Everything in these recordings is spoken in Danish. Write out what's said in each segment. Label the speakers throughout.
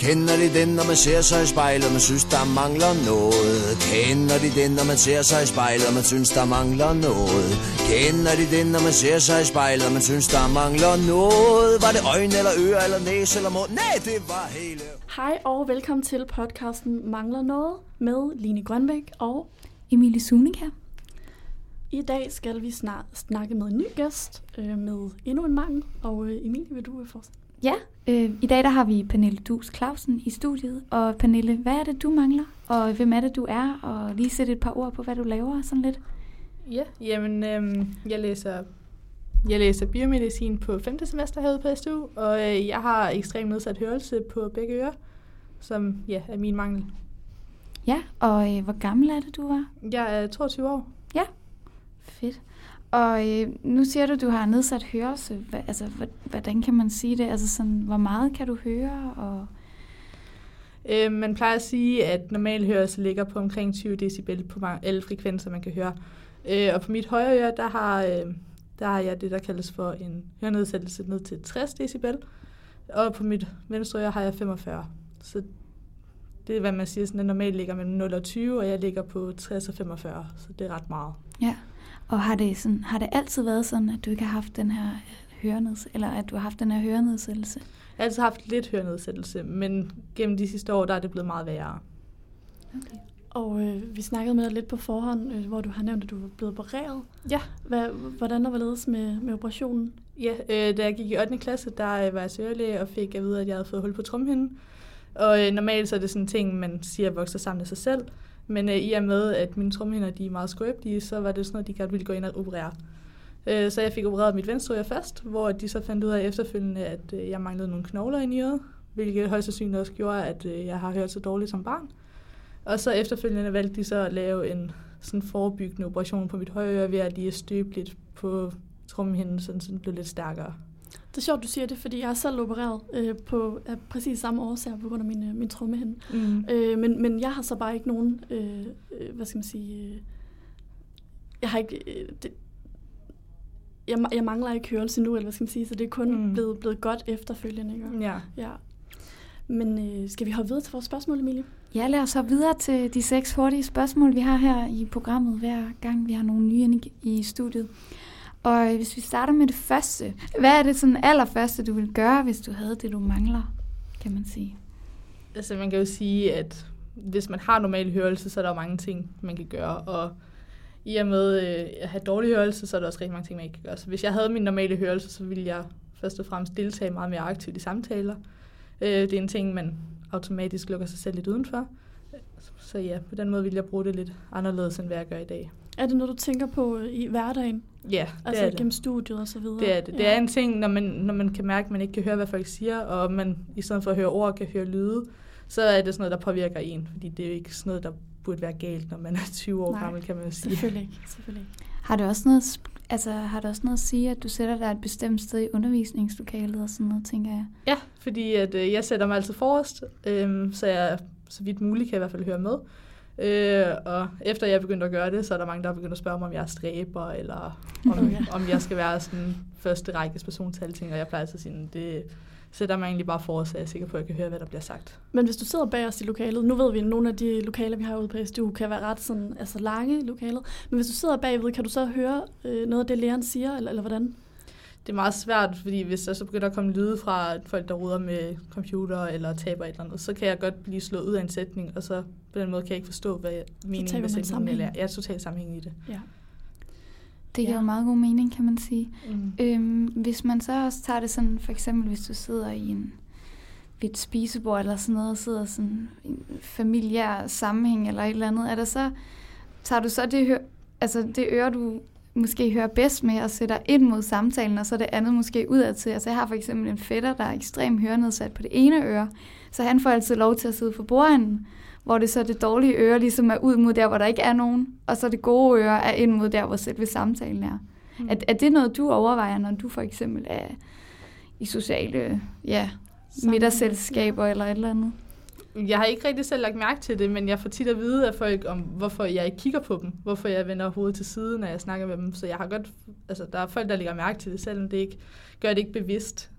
Speaker 1: Kender de den, når man ser sig i spejlet, man synes, der mangler noget? Kender de den, når man ser sig i spejlet, man synes, der mangler noget? Kender de den, når man ser sig i spejlet, man synes, der mangler noget? Var det øjne eller øre eller næse eller mund? Nej, det var hele.
Speaker 2: Hej og velkommen til podcasten Mangler Noget med Line Grønbæk og
Speaker 3: Emilie Sunika.
Speaker 2: I dag skal vi snart snakke med en ny gæst med endnu en mangel. Og Emilie, vil du fortsætte?
Speaker 3: Ja, i dag der har vi Pernille Duus Clausen i studiet. Og Pernille, hvad er det, du mangler? Og hvem er det, du er? Og lige sætte et par ord på, hvad du laver sådan lidt.
Speaker 4: Ja, jamen, jeg læser biomedicin på 5. semester herude på SDU, og jeg har ekstremt nedsat hørelse på begge ører, som er min mangel.
Speaker 3: Ja, og hvor gammel er det, du var?
Speaker 4: Jeg er 22 år.
Speaker 3: Ja, fedt. Og nu siger du har nedsat hørelse. Hvordan kan man sige det? Altså sådan, hvor meget kan du høre? Og
Speaker 4: man plejer at sige, at normal hørelse ligger på omkring 20 decibel på alle frekvenser, man kan høre. Og på mit højre øre, der har jeg det, der kaldes for en hørenedsættelse ned til 60 decibel. Og på mit venstre øre har jeg 45. Så det er, hvad man siger, sådan, at normalt ligger mellem 0 og 20, og jeg ligger på 60 og 45, så det er ret meget.
Speaker 3: Ja, og har det altid været sådan, at du ikke har haft den her eller at du har haft den her hørenedsættelse?
Speaker 4: Jeg har altid haft lidt hørenedsættelse, men gennem de sidste år, der er det blevet meget værre.
Speaker 2: Okay. Og vi snakkede med dig lidt på forhånd, hvor du har nævnt, at du er blevet opereret.
Speaker 4: Ja.
Speaker 2: Hvordan var hvorledes med operationen?
Speaker 4: Ja, da jeg gik i 8. klasse, der var jeg til ørelæge og fik at vide, at jeg havde fået hul på trommehinden. Og normalt så er det sådan en ting, man siger vokser sammen af sig selv. Men i og med, at mine trommehinder de er meget skrøbelige, så var det sådan noget, de gerne ville gå ind og operere. Så jeg fik opereret mit venstre øre først, hvor de så fandt ud af efterfølgende, at jeg manglede nogle knogler inde i øret, hvilket højst sandsynligt også gjorde, at jeg har hørt så dårligt som barn. Og så efterfølgende valgte de så at lave en sådan forebyggende operation på mit højre øre ved at lige støbe lidt på trommehinden, så den blev lidt stærkere.
Speaker 2: Det er sjovt, du siger det, fordi jeg er selv opereret på præcis samme årsager på grund af min trommehinde. Men jeg har så bare ikke nogen, jeg har ikke, jeg mangler ikke hørelse nu, eller hvad skal man sige, så det er kun blevet godt efterfølgende. Ikke? Ja. Men skal vi hoppe videre til vores spørgsmål, Emilie?
Speaker 3: Ja, lad os hoppe videre til de 6 hurtige spørgsmål, vi har her i programmet, hver gang vi har nogle nye i studiet. Og hvis vi starter med det første, hvad er det sådan allerførste, du ville gøre, hvis du havde det, du mangler, kan man sige?
Speaker 4: Altså man kan jo sige, at hvis man har normal hørelse, så er der jo mange ting, man kan gøre. Og i og med at have dårlig hørelse, så er der også rigtig mange ting, man ikke kan gøre. Så hvis jeg havde min normale hørelse, så ville jeg først og fremmest deltage meget mere aktivt i samtaler. Det er en ting, man automatisk lukker sig selv lidt udenfor. Så ja, på den måde vil jeg bruge det lidt anderledes, end hvad jeg gør i dag.
Speaker 2: Er det noget, du tænker på i hverdagen?
Speaker 4: Ja, det
Speaker 2: altså
Speaker 4: er det.
Speaker 2: Gennem studiet og så videre?
Speaker 4: Det er det. Det er en ting, når man kan mærke, at man ikke kan høre, hvad folk siger, og man i stedet for at høre ord, kan høre lyde, så er det sådan noget, der påvirker en. Fordi det er jo ikke sådan noget, der burde være galt, når man er 20 år gammel, kan man sige.
Speaker 2: Selvfølgelig ikke.
Speaker 3: Har det også noget at sige, at du sætter dig et bestemt sted i undervisningslokalet og sådan noget, tænker jeg?
Speaker 4: Ja, fordi at, jeg sætter mig altid forrest, så jeg så vidt muligt kan jeg i hvert fald høre med. Og efter jeg begyndte at gøre det, så er der mange, der er begyndt at spørge mig, om jeg er stræber, eller om jeg skal være sådan første rækkes person til alting, og jeg plejer altid at sige, det sætter mig egentlig bare for, så jeg er sikker på, at jeg kan høre, hvad der bliver sagt.
Speaker 2: Men hvis du sidder bag os i lokalet, nu ved vi, at nogle af de lokaler, vi har ude på SDU, kan være ret sådan, altså lange lokalet, men hvis du sidder bagved, kan du så høre noget af det, læreren siger, eller hvordan?
Speaker 4: Det er meget svært, fordi hvis der så begynder at komme lyde fra folk, der ruder med computer eller taber et eller andet, så kan jeg godt blive slået ud af en sætning, og så på den måde kan jeg ikke forstå, hvad meningen med sætningen er. Jeg er totalt sammenhængende i det.
Speaker 2: Ja.
Speaker 3: Det giver jo meget god mening, kan man sige. Hvis man så også tager det sådan, for eksempel hvis du sidder ved et spisebord eller sådan noget, og sidder sådan i en familiær sammenhæng eller et eller andet, tager du så det øre, du måske hører bedst med og sætter ind mod samtalen, og så det andet måske udadtil. Altså jeg har for eksempel en fætter, der er ekstremt hørenedsat på det ene øre, så han får altid lov til at sidde for bordenden, hvor det så det dårlige øre ligesom er ud mod der, hvor der ikke er nogen, og så det gode øre er ind mod der, hvor selve samtalen er. Er det noget, du overvejer, når du for eksempel er i sociale middagsselskaber eller et eller andet?
Speaker 4: Jeg har ikke rigtig selv lagt mærke til det, men jeg får tit at vide af folk om, hvorfor jeg ikke kigger på dem. Hvorfor jeg vender hovedet til siden, når jeg snakker med dem. Så jeg har godt, altså der er folk, der lægger mærke til det, selvom det ikke gør det ikke bevidst.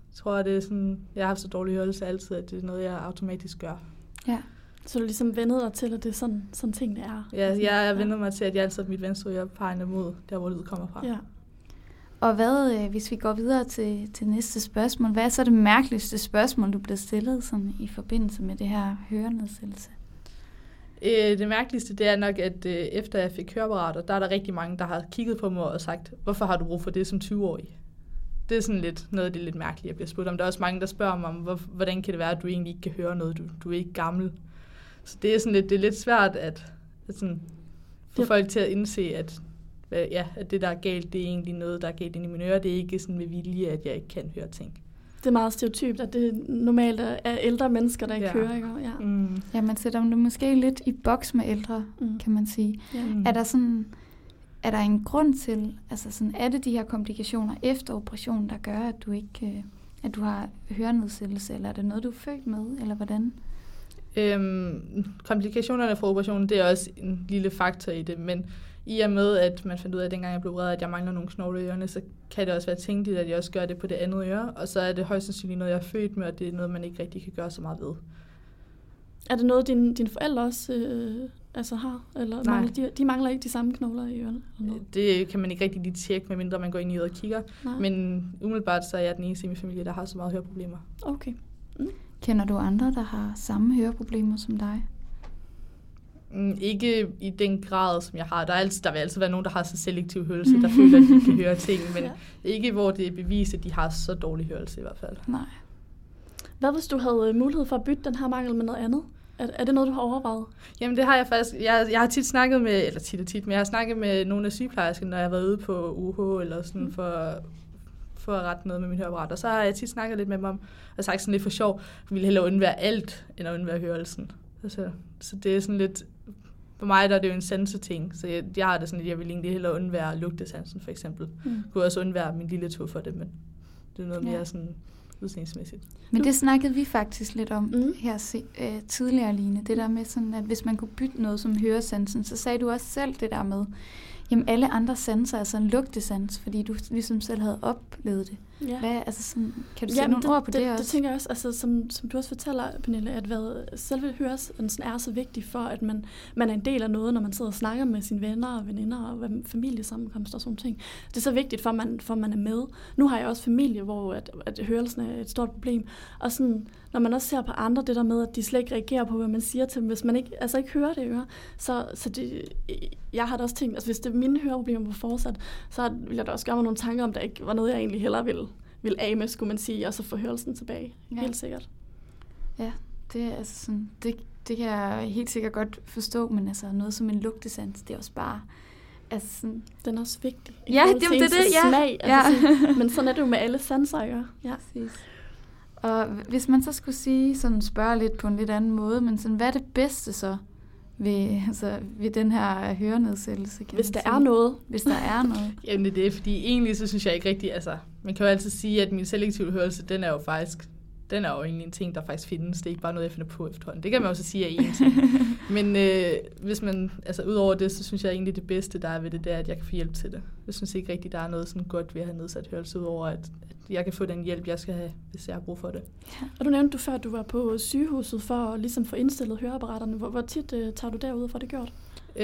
Speaker 4: Jeg tror, det er sådan, jeg har haft så dårlig hørelse altid, at det er noget, jeg automatisk gør.
Speaker 3: Ja.
Speaker 2: Så du ligesom vendet dig til, at det er sådan tingene er?
Speaker 4: Ja, jeg er vendet mig til, at jeg altid har mit venstre øre pegende mod der, hvor lyd kommer fra.
Speaker 2: Ja.
Speaker 3: Og hvad, hvis vi går videre til næste spørgsmål, hvad er så det mærkeligste spørgsmål, du blev stillet sådan, i forbindelse med det her hørenedsættelse?
Speaker 4: Det mærkeligste, det er nok, at efter jeg fik høreapparater, der er der rigtig mange, der har kigget på mig og sagt, hvorfor har du brug for det som 20-årig? Det er sådan lidt noget af det lidt mærkelige, jeg bliver spurgt om. Der er også mange, der spørger mig om, hvordan kan det være, at du egentlig ikke kan høre noget, du er ikke gammel. Så det er sådan lidt, det er lidt svært at sådan, få folk til at indse, at det, der er galt, det er egentlig noget, der er galt inde i mine ører. Det er ikke sådan med vilje, at jeg ikke kan høre ting.
Speaker 2: Det er meget stereotypt, at det normalt er ældre mennesker, der ikke hører, ikke? Ja.
Speaker 3: Ja, man sætter dem måske lidt i boks med ældre, kan man sige. Ja. Er der en grund til, altså sådan, er det de her komplikationer efter operationen, der gør, at du ikke, at du har hørenedsættelse, eller er det noget, du er født med, eller hvordan?
Speaker 4: Komplikationerne fra operationen, det er også en lille faktor i det, men i og med, at man fandt ud af, at dengang jeg blev opereret, at jeg mangler nogle knogler i ørerne, så kan det også være tænkeligt, at jeg også gør det på det andet øre, og så er det højst sandsynligt noget, jeg er født med, og det er noget, man ikke rigtig kan gøre så meget ved.
Speaker 2: Er det noget, dine forældre også har? Eller mangler, de mangler ikke de samme knogler i ørerne?
Speaker 4: Det kan man ikke rigtig lige tjekke, medmindre man går ind i øret og kigger. Nej. Men umiddelbart så er jeg den eneste i min familie, der har så meget høreproblemer.
Speaker 2: Okay.
Speaker 3: Kender du andre, der har samme høreproblemer som dig?
Speaker 4: Ikke i den grad, som jeg har. Der vil altid være nogen, der har så selektiv hørelse, der føler, at de kan høre ting, men ikke hvor det er bevist, at de har så dårlig hørelse i hvert fald.
Speaker 2: Nej. Hvad hvis du havde mulighed for at bytte den her mangel med noget andet? Er det noget, du har overvejet? Jamen det har jeg faktisk. Jeg har tit snakket med, men jeg har snakket med nogle af sygeplejerskerne, når jeg har været ude på UH eller sådan for at rette noget med min høreapparat. Og så har jeg tit snakket lidt med dem om, og sagt sådan lidt for sjov, jeg ville hellere undvære alt, end at undvære hørelsen. Så det er sådan lidt, for mig der er det jo en sanseting, så jeg har det sådan, at jeg vil egentlig hellere undvære lugtesansen for eksempel. Jeg kunne også undvære min lille tog for det, men det er noget mere sådan udseendsmæssigt.
Speaker 3: Men det snakkede vi faktisk lidt om her tidligere, Line. Det der med sådan, at hvis man kunne bytte noget som høresansen, så sagde du også selv det der med, jamen alle andre sanser er sådan en lugtesans, fordi du ligesom selv havde oplevet det. Ja. Hvad, altså sådan, kan du sætte nogle ord på det også? Det tænker jeg også, altså, som du også fortæller, Pernille, at selve høresansen er så vigtig for, at man er en del af noget, når man sidder og snakker med sine venner og veninder og familiesammenkomster og sådan ting. Det er så vigtigt for, at man er med. Nu har jeg også familie, hvor at hørelsen er et stort problem. Og sådan, når man også ser på andre, det der med, at de slet ikke reagerer på, hvad man siger til dem, hvis man ikke hører det øre, så det, jeg har da også tænkt, altså hvis det mine høreproblemer var fortsat, så ville jeg da også gøre mig nogle tanker om, der ikke var noget, jeg egentlig hellere ville af med, skulle man sige, og så få hørelsen tilbage. Ja. Helt sikkert. Ja, det er altså sådan, det kan jeg helt sikkert godt forstå, men altså noget som en lugtesans, det er også bare, altså sådan, den er også vigtig. Ja, det er det, ja. Smag, altså, men sådan er det jo med alle sanser, ikke? Ja, præcis. Og hvis man så skulle spørge lidt på en lidt anden måde, men sådan, hvad er det bedste så ved den her hørenedsættelse? Hvis der er noget. Hvis der er noget.
Speaker 4: Jamen det er, fordi egentlig så synes jeg ikke rigtigt, altså man kan jo altid sige, at min selektive hørelse, den er jo egentlig en ting, der faktisk findes. Det er ikke bare noget, jeg finder på efterhånden. Det kan man også sige er en ting. Men hvis man, altså udover det, så synes jeg egentlig det bedste, der er ved det, det er, at jeg kan få hjælp til det. Jeg synes ikke rigtigt, der er noget sådan godt ved at have nedsat hørelse, udover at jeg kan få den hjælp, jeg skal have, hvis jeg har brug for det. Ja. Og du nævnte før, at du var på sygehuset for at ligesom få indstillet høreapparaterne. Hvor tit tager du derud for det gjort?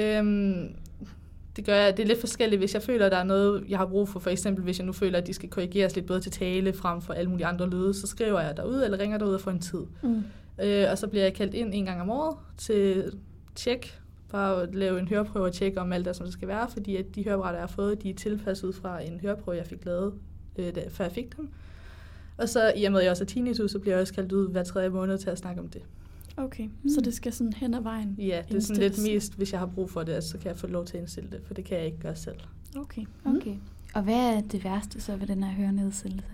Speaker 4: Det gør jeg. Det er lidt forskelligt, hvis jeg føler, at der er noget, jeg har brug for. For eksempel, hvis jeg nu føler, at de skal korrigeres lidt bedre til tale frem for alle mulige andre lyde, så skriver jeg derud eller ringer derud og får en tid. Og så bliver jeg kaldt ind 1 gang om året til tjek, bare at lave en høreprøve og tjekke om alt det, som det skal være, fordi at de høreapparater, jeg har fået, de er tilpasset ud fra en høreprøve, jeg fik lavet, før jeg fik dem. Og så i og med, at jeg også er tinnitus, så bliver jeg også kaldt ud hver 3. måned til at snakke om det. Okay, så det skal sådan hen ad vejen? Ja, det er sådan lidt mest, hvis jeg har brug for det, så kan jeg få lov til at indstille det, for det kan jeg ikke gøre selv. Okay.
Speaker 3: Og hvad er det værste så ved den her hørenedsættelse?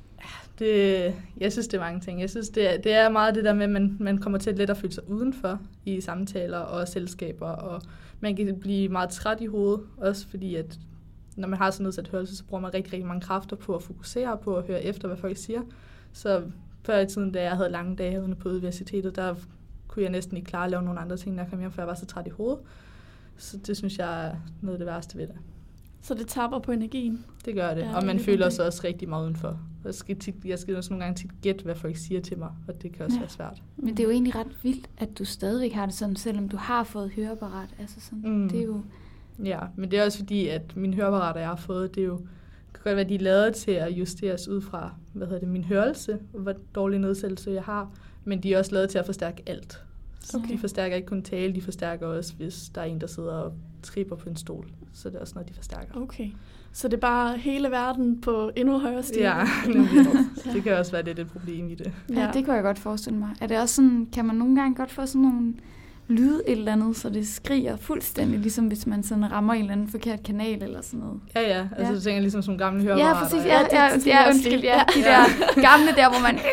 Speaker 4: Jeg synes, det er mange ting. Jeg synes, det er meget det der med, at man kommer til let at føle sig udenfor i samtaler og selskaber, og man kan blive meget træt i hovedet, også fordi at når man har sådan nedsat hørelse, så bruger man rigtig, rigtig mange kræfter på at fokusere på at høre efter, hvad folk siger. Så før i tiden, da jeg havde lange dage herude på universitetet, der kunne jeg næsten ikke klare at lave nogle andre ting, når jeg kom hjem, for jeg var så træt i hovedet. Så det synes jeg er noget af det værste ved det.
Speaker 2: Så det tapper på energien.
Speaker 4: Det gør det, og man føler sig også rigtig meget udenfor. Jeg skal også nogle gange tit gætte, hvad folk siger til mig, og det kan også være svært.
Speaker 3: Men det er jo egentlig ret vildt, at du stadigvæk har det sådan, selvom du har fået høreapparat. Altså sådan, det er jo...
Speaker 4: Ja, men det er også fordi, at mine høreapparater, jeg har fået, det er jo, kan godt være, de er lavet til at justeres ud fra, min hørelse, og hvor dårlig nedsættelse jeg har, men de er også lavet til at forstærke alt. Så de forstærker ikke kun tale, de forstærker også, hvis der er en, der sidder og tripper på en stol. Så det er også noget, de forstærker.
Speaker 2: Okay. Så det er bare hele verden på endnu højere stil?
Speaker 4: Ja, det kan også være, det er et problem i det.
Speaker 3: Ja, det kan jeg godt forestille mig. Er det også sådan, kan man nogle gange godt få sådan nogle lyde et eller andet, så det skriger fuldstændig, ligesom hvis man sådan rammer en eller anden forkert kanal eller sådan noget?
Speaker 4: Ja. Altså du tænker ligesom sådan nogle gamle høreapparater.
Speaker 3: Ja, præcis. De der gamle der, hvor man...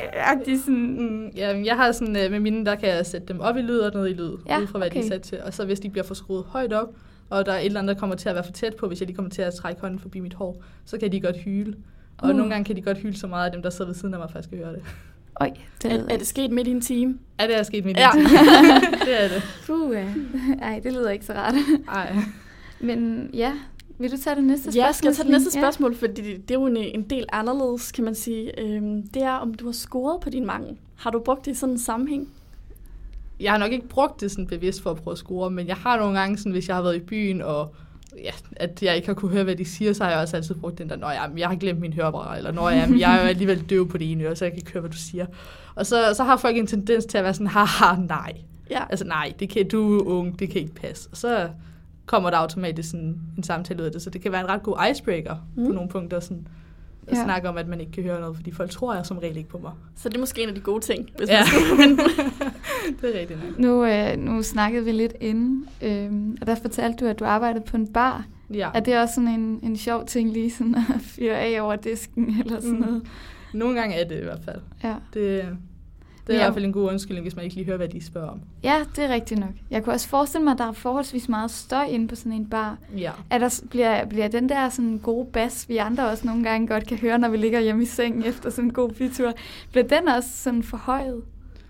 Speaker 4: jeg har sådan, med mine, der kan jeg sætte dem op i lyd og ned i lyd, ud fra hvad de er sat til. Og så hvis de bliver for skruet højt op, og der er et eller andet, der kommer til at være for tæt på, hvis jeg lige kommer til at trække hånden forbi mit hår, så kan de godt hyle. Og nogle gange kan de godt hyle så meget, at dem, der sidder ved siden af mig, faktisk kan høre det.
Speaker 3: Oj,
Speaker 2: er det sket midt i en time?
Speaker 4: Ja, det er sket midt i en time. Det er det.
Speaker 3: Ej, det lyder ikke så rart.
Speaker 4: Nej.
Speaker 3: Men ja, vil du tage det næste spørgsmål?
Speaker 2: Ja, skal jeg tage det næste spørgsmål, fordi det er jo en del anderledes, kan man sige. Det er, om du har scoret på din mangel. Har du brugt det i sådan en sammenhæng?
Speaker 4: Jeg har nok ikke brugt det sådan bevidst for at prøve at score, men jeg har nogle gange, sådan, hvis jeg har været i byen, og at jeg ikke har kunne høre, hvad de siger, så har jeg også altid brugt den der, jeg har glemt min høreapparat, eller jeg er jo alligevel døv på det ene øre, så jeg kan ikke høre, hvad du siger. Og så har folk en tendens til at være sådan, haha, nej. Ja. Altså nej, du er ung, det kan ikke passe. Og så kommer der automatisk sådan en samtale ud af det, så det kan være en ret god icebreaker på nogle punkter, sådan at snakke om, at man ikke kan høre noget, fordi folk tror jeg som regel ikke på mig.
Speaker 2: Så det er måske en af de gode ting, hvis
Speaker 4: man
Speaker 2: skal.
Speaker 4: Det er rigtigt nok.
Speaker 3: Nu snakkede vi lidt inden, og der fortalte du, at du arbejdede på en bar.
Speaker 4: Ja.
Speaker 3: Er det også sådan en sjov ting lige sådan at fyre af over disken eller sådan noget?
Speaker 4: Nogle gange er det i hvert fald. Ja. Det er i hvert fald en god undskyldning, hvis man ikke lige hører, hvad de spørger om.
Speaker 3: Ja, det er rigtigt nok. Jeg kunne også forestille mig, at der er forholdsvis meget støj inde på sådan en bar.
Speaker 4: Ja.
Speaker 3: Bliver den der sådan gode bas, vi andre også nogle gange godt kan høre, når vi ligger hjemme i sengen efter sådan en god bytur, bliver den også sådan forhøjet?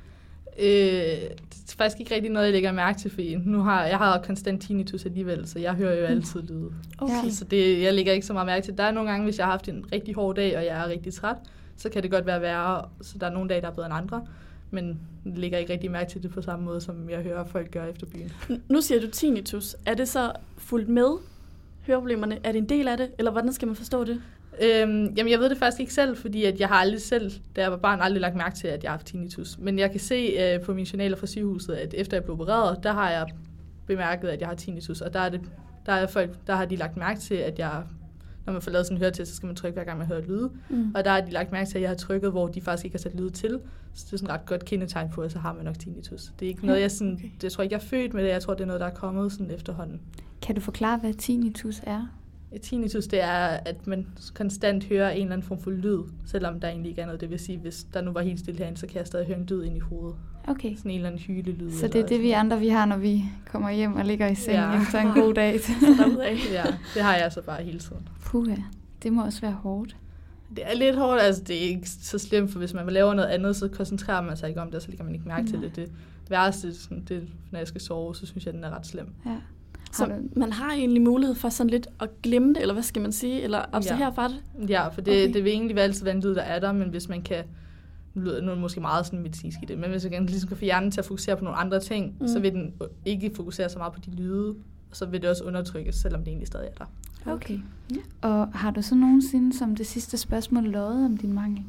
Speaker 4: Det er faktisk ikke rigtig noget, jeg lægger mærke til, fordi jeg har konstant tinnitus alligevel, så jeg hører jo altid lyde. Okay. Så jeg lægger ikke så meget mærke til. Der er nogle gange, hvis jeg har haft en rigtig hård dag, og jeg er rigtig træt, så kan det godt være værre, så der er nogle dage, der er bedre end andre. Men jeg lægger ikke rigtig mærke til det på samme måde, som jeg hører folk gøre efter byen.
Speaker 2: Nu siger du tinnitus. Er det så fuldt med høreproblemerne? Er det en del af det, eller hvordan skal man forstå det?
Speaker 4: Jamen, jeg ved det faktisk ikke selv, fordi at jeg har aldrig selv, da jeg var barn, aldrig lagt mærke til, at jeg har haft tinnitus. Men jeg kan se på mine journaler fra sygehuset, at efter jeg blev opereret, der har jeg bemærket, at jeg har tinnitus. Og der er folk, der har de lagt mærke til, at jeg, når man får lavet sådan en høretest, så skal man trykke hver gang man hører lyde. Og der har de lagt mærke til, at jeg har trykket, hvor de faktisk ikke har sat lyde til. Så det er sådan et ret godt kendetegn på, at så har man nok tinnitus. Det er ikke noget, jeg tror ikke, jeg er født med det. Jeg tror, det er noget, der er kommet sådan efterhånden.
Speaker 3: Kan du forklare, hvad tinnitus er?
Speaker 4: Tinnitus, det er, at man konstant hører en eller anden form for lyd, selvom der egentlig ikke er noget. Det vil sige, hvis der nu var helt stille herinde, så kan jeg stadig høre en lyd ind i hovedet.
Speaker 3: Okay.
Speaker 4: Sådan en eller anden hylelyd.
Speaker 3: Så det er det, vi andre vi har, når vi kommer hjem og ligger i sengen efter en god dag.
Speaker 4: Ja, det har jeg så bare hele tiden.
Speaker 3: Puha, det må også være hårdt.
Speaker 4: Det er lidt hårdt, altså det er ikke så slemt, for hvis man laver noget andet, så koncentrerer man sig ikke om det, så lægger man ikke mærke til det. Det værste, det, når jeg skal sove, så synes jeg, den er ret slem.
Speaker 3: Ja.
Speaker 2: Så man har egentlig mulighed for sådan lidt at glemme det, eller hvad skal man sige, eller abstrahere fra det?
Speaker 4: Ja, for det vil egentlig altid være en lyd, der er der, men hvis man kan, nu er det måske meget sådan medicinsk i det, men hvis man ligesom kan få hjernen til at fokusere på nogle andre ting, så vil den ikke fokusere så meget på de lyde, og så vil det også undertrykkes, selvom det egentlig stadig er der.
Speaker 3: Okay. Og har du så nogensinde som det sidste spørgsmål løjet om din mangel?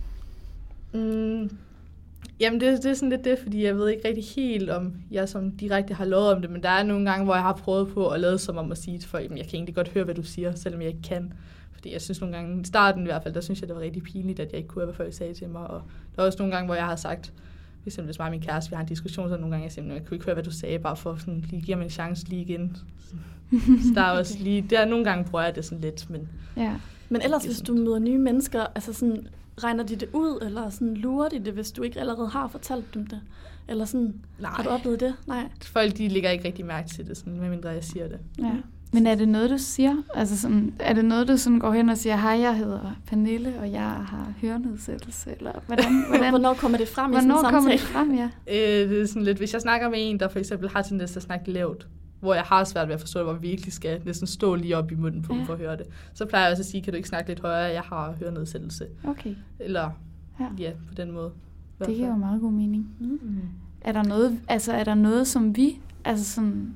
Speaker 4: Jamen det er sådan lidt det, fordi jeg ved ikke rigtig helt, om jeg som direkte har lovet om det, men der er nogle gange, hvor jeg har prøvet på at lade som om at sige til folk, jeg kan egentlig godt høre, hvad du siger, selvom jeg ikke kan. Fordi jeg synes nogle gange, i starten i hvert fald, der synes jeg, det var rigtig pinligt, at jeg ikke kunne høre, hvad folk sagde til mig. Og der er også nogle gange, hvor jeg har sagt, hvis mig og min kæreste, vi har en diskussion, så nogle gange jeg siger, jeg kunne ikke høre, hvad du sagde, bare for sådan, lige give mig en chance lige igen. Så der er også lige, der er nogle gange prøver jeg det sådan lidt, men...
Speaker 2: Ja. Men ellers, hvis du møder nye mennesker, altså sådan, regner de det ud, eller sådan lurer de det, hvis du ikke allerede har fortalt dem det? Eller sådan, har du oplevet det? Nej.
Speaker 4: Folk, de lægger ikke rigtig mærke til det, sådan, medmindre jeg siger det.
Speaker 3: Ja. Men er det noget, du siger? Altså sådan, er det noget, du sådan går hen og siger, hej, jeg hedder Pernille, og jeg har hørenedsættelse? Eller
Speaker 2: hvornår kommer det frem i
Speaker 3: sådan en samtale?
Speaker 2: Hvornår kommer
Speaker 3: det frem, ja?
Speaker 4: Det er sådan lidt, hvis jeg snakker med en, der for eksempel har tendens til at snakke lavt, hvor jeg har svært ved at forstå, hvor jeg virkelig skal næsten stå lige op i munden på for at høre det. Så plejer jeg også at sige, kan du ikke snakke lidt højere, jeg har hørenedsættelse.
Speaker 3: Okay.
Speaker 4: Eller ja, på den måde.
Speaker 3: Det giver jo meget god mening. Mm. Er der noget, som vi, altså sådan,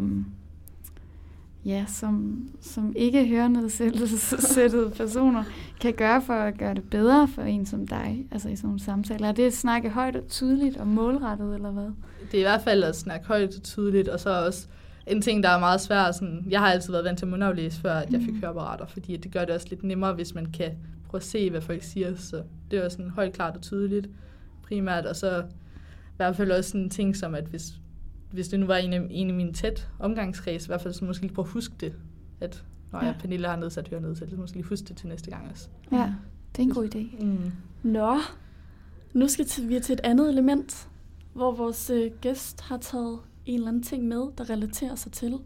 Speaker 3: som ikke hørenedsættede personer, kan gøre for at gøre det bedre for en som dig, altså i sådan nogle samtaler? Er det at snakke højt og tydeligt og målrettet, eller hvad?
Speaker 4: Det er i hvert fald at snakke højt og tydeligt, og så også en ting, der er meget svær. Sådan, jeg har altid været vant til at mundaflæse, før at jeg fik høreapparater, fordi det gør det også lidt nemmere, hvis man kan prøve at se, hvad folk siger. Så det er også sådan højt, klart og tydeligt primært, og så i hvert fald også sådan en ting som, at hvis det nu var en af mine tæt omgangskreds, i hvert fald så måske lige prøve at huske det, at når jeg Pernille har nedsat hørenedsættelse, så måske lige huske det til næste gang også.
Speaker 3: Ja, det er en god idé.
Speaker 2: Nå, nu skal vi til et andet element, hvor vores gæst har taget en eller anden ting med, der relaterer sig til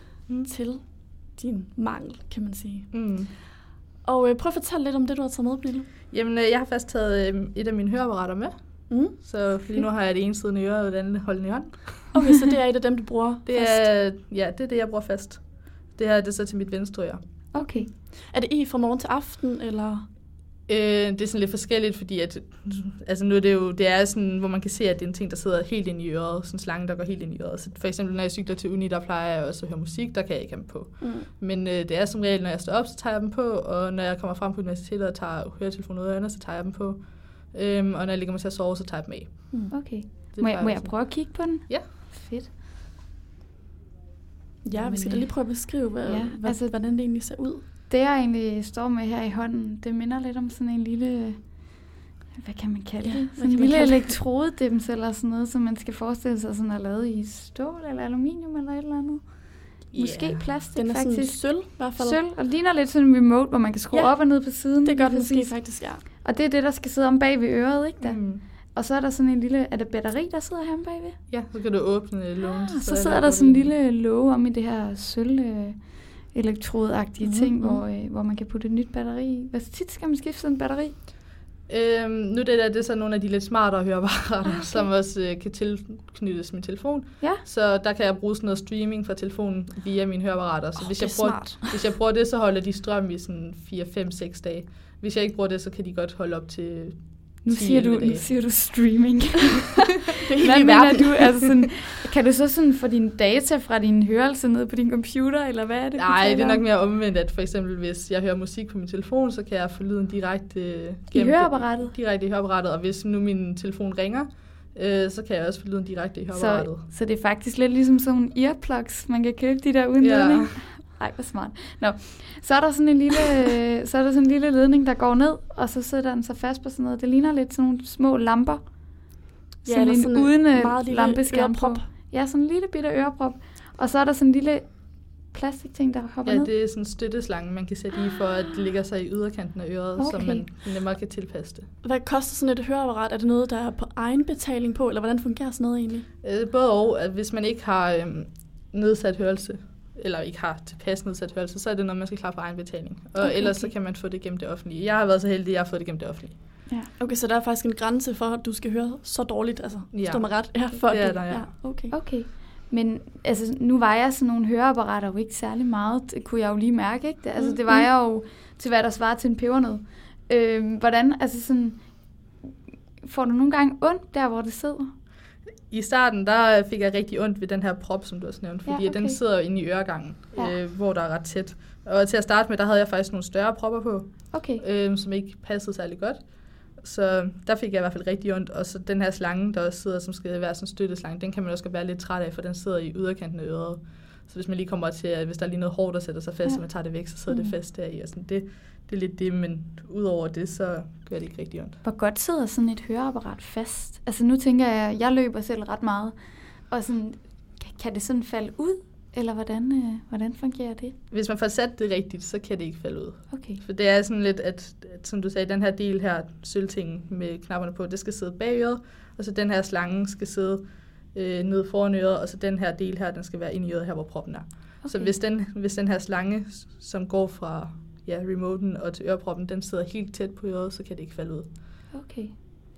Speaker 2: din mangel, kan man sige. Og prøv at fortælle lidt om det, du har taget med, Pernille.
Speaker 4: Jamen, jeg har faktisk taget et af mine høreapparater med. Så lige nu har jeg det ene siden i øret, og det andet holdende i hånden. Okay, så det er et af dem, du bruger fast? Det er det, jeg bruger fast. Det her det er så til mit venstre øre.
Speaker 3: Okay.
Speaker 2: Er det fra morgen til aften, eller?
Speaker 4: Det er sådan lidt forskelligt, fordi at, altså nu er det er sådan, hvor man kan se, at det er en ting, der sidder helt ind i øret, sådan en slange, der går helt ind i øret. Så for eksempel, når jeg cykler til uni, der plejer jeg også at høre musik, der kan jeg ikke have dem på. Men det er som regel, når jeg står op, så tager jeg dem på, og når jeg kommer frem på universitetet og tager høretelefoner ud af ørerne, så tager jeg dem på. Og når jeg ligger mig til at sove, så tager jeg dem af.
Speaker 3: Okay. Må jeg prøve at kigge på den?
Speaker 4: Ja.
Speaker 3: Fedt.
Speaker 2: Ja, vi skal da lige prøve at beskrive, hvordan det egentlig ser ud.
Speaker 3: Det, jeg egentlig står med her i hånden, det minder lidt om sådan en lille, hvad kan man kalde det? Sådan en lille elektrodedims eller sådan noget, som man skal forestille sig sådan er lavet i stål eller aluminium eller et eller andet. Måske plastik,
Speaker 2: den er
Speaker 3: faktisk.
Speaker 2: Sådan sølv, i hvert fald.
Speaker 3: Sølv, og ligner lidt sådan en remote, hvor man kan skrue op og ned på siden.
Speaker 2: Det gør den måske faktisk, ja.
Speaker 3: Og det er det, der skal sidde om bag ved øret, ikke da? Og så er der sådan en lille, er det batteri, der sidder her bagved?
Speaker 4: Ja, så kan du åbne lågen.
Speaker 3: Så sidder der sådan en lille låge om i det her sølv elektrodagtige ting, hvor man kan putte et nyt batteri i. Hvor tit skal man skifte sådan en batteri?
Speaker 4: Nu det er så nogle af de lidt smartere høreapparater, som også kan tilknyttes min telefon.
Speaker 3: Ja.
Speaker 4: Så der kan jeg bruge sådan noget streaming fra telefonen via mine høreapparater. Så hvis jeg bruger det, så holder de strøm i sådan 4, 5, 6 dage. Hvis jeg ikke bruger det, så kan de godt holde op til
Speaker 3: Nu siger du streaming.
Speaker 2: Hvad mener du?
Speaker 3: Altså sådan, kan du så sådan få dine data fra din hørelse ned på din computer, eller hvad er det?
Speaker 4: Nej, det er nok mere omvendt, at for eksempel hvis jeg hører musik på min telefon, så kan jeg få lyden direkte
Speaker 3: i høreapparatet.
Speaker 4: Direkte i høreapparatet, og hvis nu min telefon ringer, så kan jeg også få lyden direkte i høreapparatet.
Speaker 3: Så det er faktisk lidt ligesom sådan nogle earplugs, man kan købe de der uden ledning. Ej, hvor smart. Nå, så er der sådan en lille ledning, der går ned, og så sætter den sig fast på sådan noget. Det ligner lidt sådan nogle små lamper.
Speaker 2: Ja, sådan en
Speaker 3: uden
Speaker 2: lampeskærm på.
Speaker 3: Ja, sådan en lille bitte øreprop. Og så er der sådan en lille plastikting, der hopper ned.
Speaker 4: Ja, det er sådan en støtteslange, man kan sætte i, for at det ligger sig i yderkanten af øret, så man nemmere kan tilpasse det.
Speaker 2: Hvad koster sådan et høreapparat? Er det noget, der er på egen betaling på, eller hvordan fungerer sådan noget egentlig?
Speaker 4: Både og. At hvis man ikke har nedsat hørelse, eller ikke har tilpas nedsat hørelse, så er det noget, man skal klare på egen betaling. Og ellers så kan man få det gennem det offentlige. Jeg har været så heldig, at jeg har fået det gennem det offentlige.
Speaker 2: Ja. Okay, så der er faktisk en grænse for, at du skal høre så dårligt, altså. Står mig ret? Ja, for
Speaker 4: det er der, ja.
Speaker 3: Okay. Men altså, nu var jeg sådan nogle høreapparater jo ikke særlig meget. Det kunne jeg jo lige mærke, ikke? Det var jeg jo til, hvad der svarer til en pebernød. Hvordan, altså sådan, får du nogle gange ondt der, hvor det sidder?
Speaker 4: I starten, der fik jeg rigtig ondt ved den her prop, som du også nævnte, fordi den sidder jo inde i øregangen, hvor der er ret tæt. Og til at starte med, der havde jeg faktisk nogle større propper på, som ikke passede særlig godt. Så der fik jeg i hvert fald rigtig ondt. Og så den her slange, der også sidder, som skal være sådan en støtteslange, den kan man også godt være lidt træt af, for den sidder i yderkanten af øret. Så hvis man lige kommer til, at hvis der er lige noget hår, der sætter sig fast, og man tager det væk, så sidder det fast deri. Og sådan, det er lidt det, men udover det, så gør det ikke rigtig ondt.
Speaker 3: Hvor godt sidder sådan et høreapparat fast? Altså nu tænker jeg løber selv ret meget, og sådan, kan det sådan falde ud? Eller hvordan fungerer det?
Speaker 4: Hvis man får sat det rigtigt, så kan det ikke falde ud.
Speaker 3: Okay.
Speaker 4: For det er sådan lidt, at som du sagde, den her del her, sølvtingen med knapperne på, det skal sidde bag øret, og så den her slange skal sidde ned foran øret, og så den her del her, den skal være inde i øret her, hvor proppen er. Okay. Så hvis den her slange, som går fra remoten og til øreproppen, den sidder helt tæt på øret, så kan det ikke falde ud.
Speaker 3: Okay.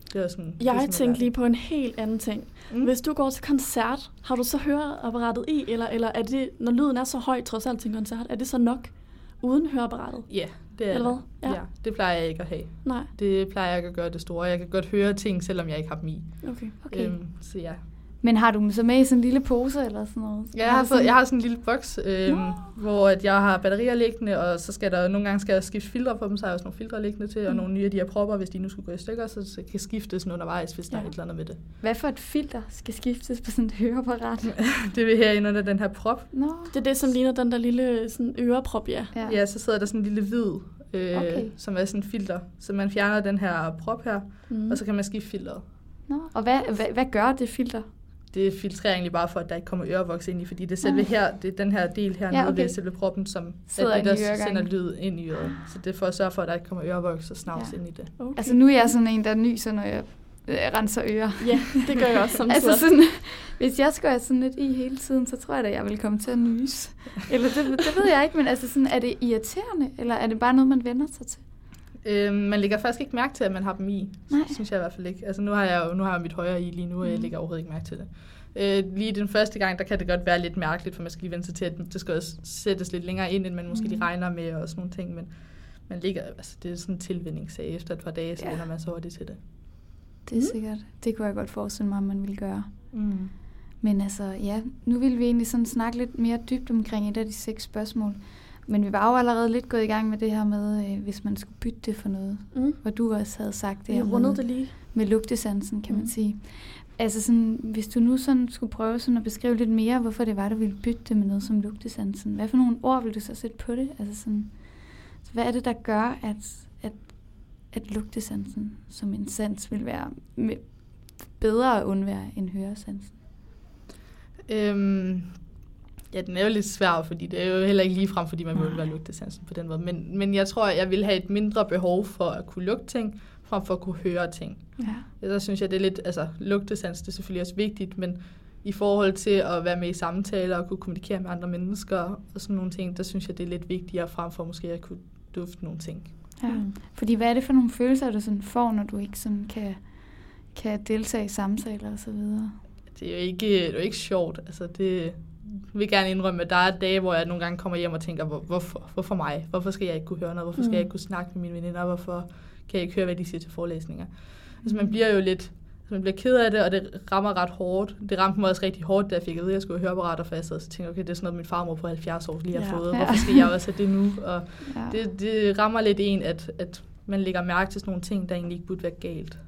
Speaker 4: Det er sådan,
Speaker 2: jeg tænkte lige på en helt anden ting. Hvis du går til koncert, har du så høreapparatet i, eller er det, når lyden er så høj trods alt til en koncert, er det så nok uden høreapparatet?
Speaker 4: Ja, det er
Speaker 2: eller
Speaker 4: det.
Speaker 2: Hvad?
Speaker 4: Ja, det plejer jeg ikke at have.
Speaker 2: Nej.
Speaker 4: Det plejer jeg ikke at gøre det store. Jeg kan godt høre ting, selvom jeg ikke har dem i.
Speaker 2: Okay.
Speaker 4: Så ja.
Speaker 3: Men har du dem så med i sådan en lille pose eller sådan noget?
Speaker 4: Ja, jeg har sådan en lille boks, hvor at jeg har batterier liggende, og så skal der nogle gange skifte filtre på dem, så har jeg også nogle filtre liggende til, og nogle nye af de her propper, hvis de nu skulle gå i stykker, så kan skiftes undervejs, hvis der er et eller andet med det.
Speaker 3: Hvad for et filter skal skiftes på sådan et høreapparat?
Speaker 4: Det vil herinde under den her prop.
Speaker 3: Det
Speaker 2: er det, som ligner den der lille sådan øreprop,
Speaker 4: Ja, så sidder der sådan en lille hvid, som er sådan en filter. Så man fjerner den her prop her, og så kan man skifte filteret.
Speaker 3: Og hvad gør det filter?
Speaker 4: Det filtrerer egentlig bare for, at der ikke kommer ørevoks ind i, fordi det er selve her, det er den her del hernede ved selve proppen, som er det, der sender lyd ind i øret. Så det er for at sørge for, at der ikke kommer ørevoks og snavs ind i det.
Speaker 3: Okay. Altså nu er jeg sådan en, der nyser, når jeg renser ører.
Speaker 2: Ja, det gør jeg også samtidig.
Speaker 3: Altså sådan, hvis jeg skulle have sådan lidt i hele tiden, så tror jeg da, jeg vil komme til at nyse. Eller det ved jeg ikke, men altså sådan, er det irriterende, eller er det bare noget, man vender sig til?
Speaker 4: Man lægger faktisk ikke mærke til, at man har dem i.
Speaker 3: Nej.
Speaker 4: Synes jeg i hvert fald ikke. Altså nu har jeg mit højre i lige nu, og jeg lægger overhovedet ikke mærke til det. Lige den første gang, der kan det godt være lidt mærkeligt, for man skal lige vende sig til, at det skal også sættes lidt længere ind, end man måske lige regner med og sådan nogle ting. Men man ligger, altså det er sådan en tilvænningssag. Efter et par dage, så vender man så hurtigt til det.
Speaker 3: Det er sikkert. Det kunne jeg godt forestille mig, at man ville gøre. Men altså, ja, nu vil vi egentlig sådan snakke lidt mere dybt omkring et af de 6 spørgsmål. Men vi var jo allerede lidt gået i gang med det her med, hvis man skulle bytte det for noget. Og du også havde sagt det her med lugtesansen, kan man sige. Altså sådan, hvis du nu sådan skulle prøve sådan at beskrive lidt mere, hvorfor det var, du ville bytte det med noget som lugtesansen. Hvad for nogle ord vil du så sætte på det? Altså sådan, hvad er det, der gør, at lugtesansen som en sans vil være bedre at undvære end høresansen?
Speaker 4: Ja, den er jo lidt svær, fordi det er jo heller ikke ligefrem, fordi man vil undvære lugtesansen på den måde. Men jeg tror, jeg vil have et mindre behov for at kunne lugte ting, frem for at kunne høre ting. Ja. Der synes jeg, det er lidt, altså lugtesans, det er selvfølgelig også vigtigt, men i forhold til at være med i samtaler og kunne kommunikere med andre mennesker og sådan nogle ting, der synes jeg, det er lidt vigtigere frem for måske at kunne dufte nogle ting.
Speaker 3: Ja. Fordi hvad er det for nogle følelser, du sådan får, når du ikke sådan kan deltage i samtaler og så videre?
Speaker 4: Det er jo ikke sjovt. Altså det vil gerne indrømme, at der er dage, hvor jeg nogle gange kommer hjem og tænker, hvorfor mig? Hvorfor skal jeg ikke kunne høre noget? Hvorfor skal jeg ikke kunne snakke med mine veninder? Hvorfor kan jeg ikke høre, hvad de siger til forelæsninger? Altså man bliver jo lidt, man bliver ked af det, og det rammer ret hårdt. Det ramte mig også rigtig hårdt, da jeg fik at vide, at jeg skulle have høreapparater, for jeg sad og tænkte, okay, det er sådan noget, min farmor på 70 år lige har fået. Hvorfor skal jeg også have det nu? Og det rammer lidt en, at man lægger mærke til sådan nogle ting, der egentlig ikke burde være galt.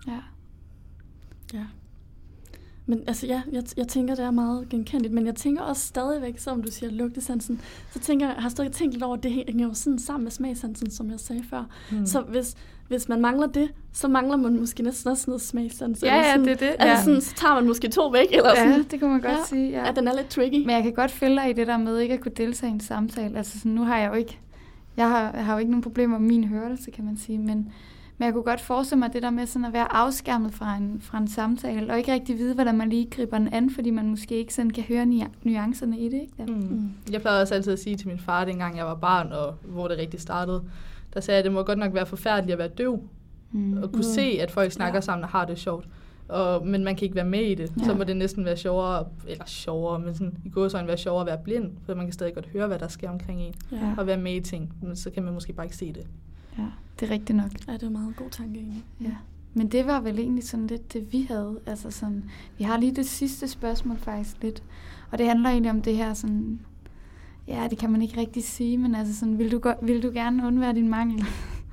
Speaker 2: Ja. Men altså jeg tænker, det er meget genkendeligt, men jeg tænker også stadigvæk, som du siger, lugtesansen, så tænker jeg har stadig tænkt lidt over, at det hænger jo sådan sammen med smagsansen, som jeg sagde før. Så hvis man mangler det, så mangler man måske næsten også noget smagssans.
Speaker 3: Ja,
Speaker 2: sådan,
Speaker 3: det er det.
Speaker 2: Altså sådan, så tager man måske 2 væk, eller sådan.
Speaker 3: Ja, det kunne man godt sige. Ja.
Speaker 2: At den er lidt tricky.
Speaker 3: Men jeg kan godt følge dig i det der med ikke at kunne deltage i en samtale. Altså sådan, nu har jeg jo ikke, jeg har jo ikke nogen problemer med min hørelse, kan man sige, men jeg kunne godt forestille mig det der med sådan at være afskærmet fra en samtale, og ikke rigtig vide, hvordan man lige griber den an, fordi man måske ikke sådan kan høre nuancerne i det. Ikke?
Speaker 4: Jeg plejede også altid at sige til min far, dengang jeg var barn, og hvor det rigtig startede, der sagde jeg, at det må godt nok være forfærdeligt at være døv, og kunne se, at folk snakker sammen og har det sjovt. Men man kan ikke være med i det. Så må det næsten være sjovere, men sådan, i gåseøjne være sjovere at være blind, for man kan stadig godt høre, hvad der sker omkring en, og være med i ting, men så kan man måske bare ikke se det.
Speaker 3: Ja, det er rigtigt nok.
Speaker 2: Ja, det er en meget god tanke egentlig.
Speaker 3: Ja. Men det var vel egentlig sådan lidt det, vi havde. Altså sådan, vi har lige det sidste spørgsmål faktisk lidt. Og det handler egentlig om det her sådan, ja, det kan man ikke rigtig sige, men altså sådan, vil du gerne undvære din mangel?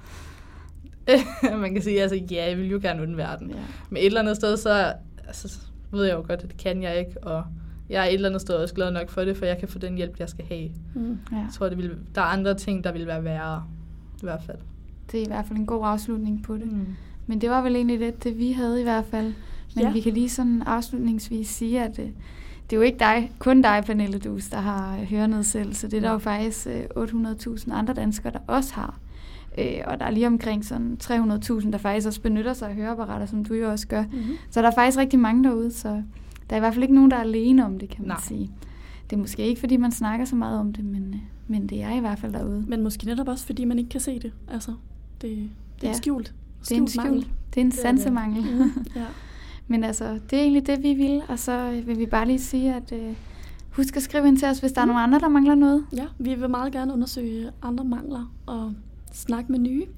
Speaker 4: Man kan sige, altså ja, jeg vil jo gerne undvære den. Ja. Men et eller andet sted, så ved jeg jo godt, at det kan jeg ikke, og jeg er et eller andet sted også glad nok for det, for jeg kan få den hjælp, jeg skal have. Jeg tror, der er andre ting, der vil være værre. I hvert fald.
Speaker 3: Det er i hvert fald en god afslutning på det. Men det var vel egentlig lidt det, vi havde i hvert fald. Men vi kan lige sådan afslutningsvis sige, at det er jo ikke kun dig, Pernille Duus, der har hørenedsættelse. Det er der jo faktisk 800.000 andre danskere, der også har. Og der er lige omkring sådan 300.000, der faktisk også benytter sig af høreapparater, som du jo også gør. Så der er faktisk rigtig mange derude, så der er i hvert fald ikke nogen, der er alene om det, kan man sige. Det er måske ikke, fordi man snakker så meget om det, men det er i hvert fald derude.
Speaker 2: Men måske netop også, fordi man ikke kan se det. Altså, det er skjult.
Speaker 3: Det er en skjult Det er en sansemangel.
Speaker 2: Ja.
Speaker 3: Men altså, det er egentlig det, vi vil. Og så vil vi bare lige sige, at husk at skrive ind til os, hvis der er nogle andre, der mangler noget.
Speaker 2: Ja, vi vil meget gerne undersøge andre mangler og snakke med nye.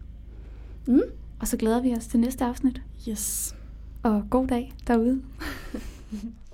Speaker 3: Og så glæder vi os til næste afsnit.
Speaker 2: Yes.
Speaker 3: Og god dag derude.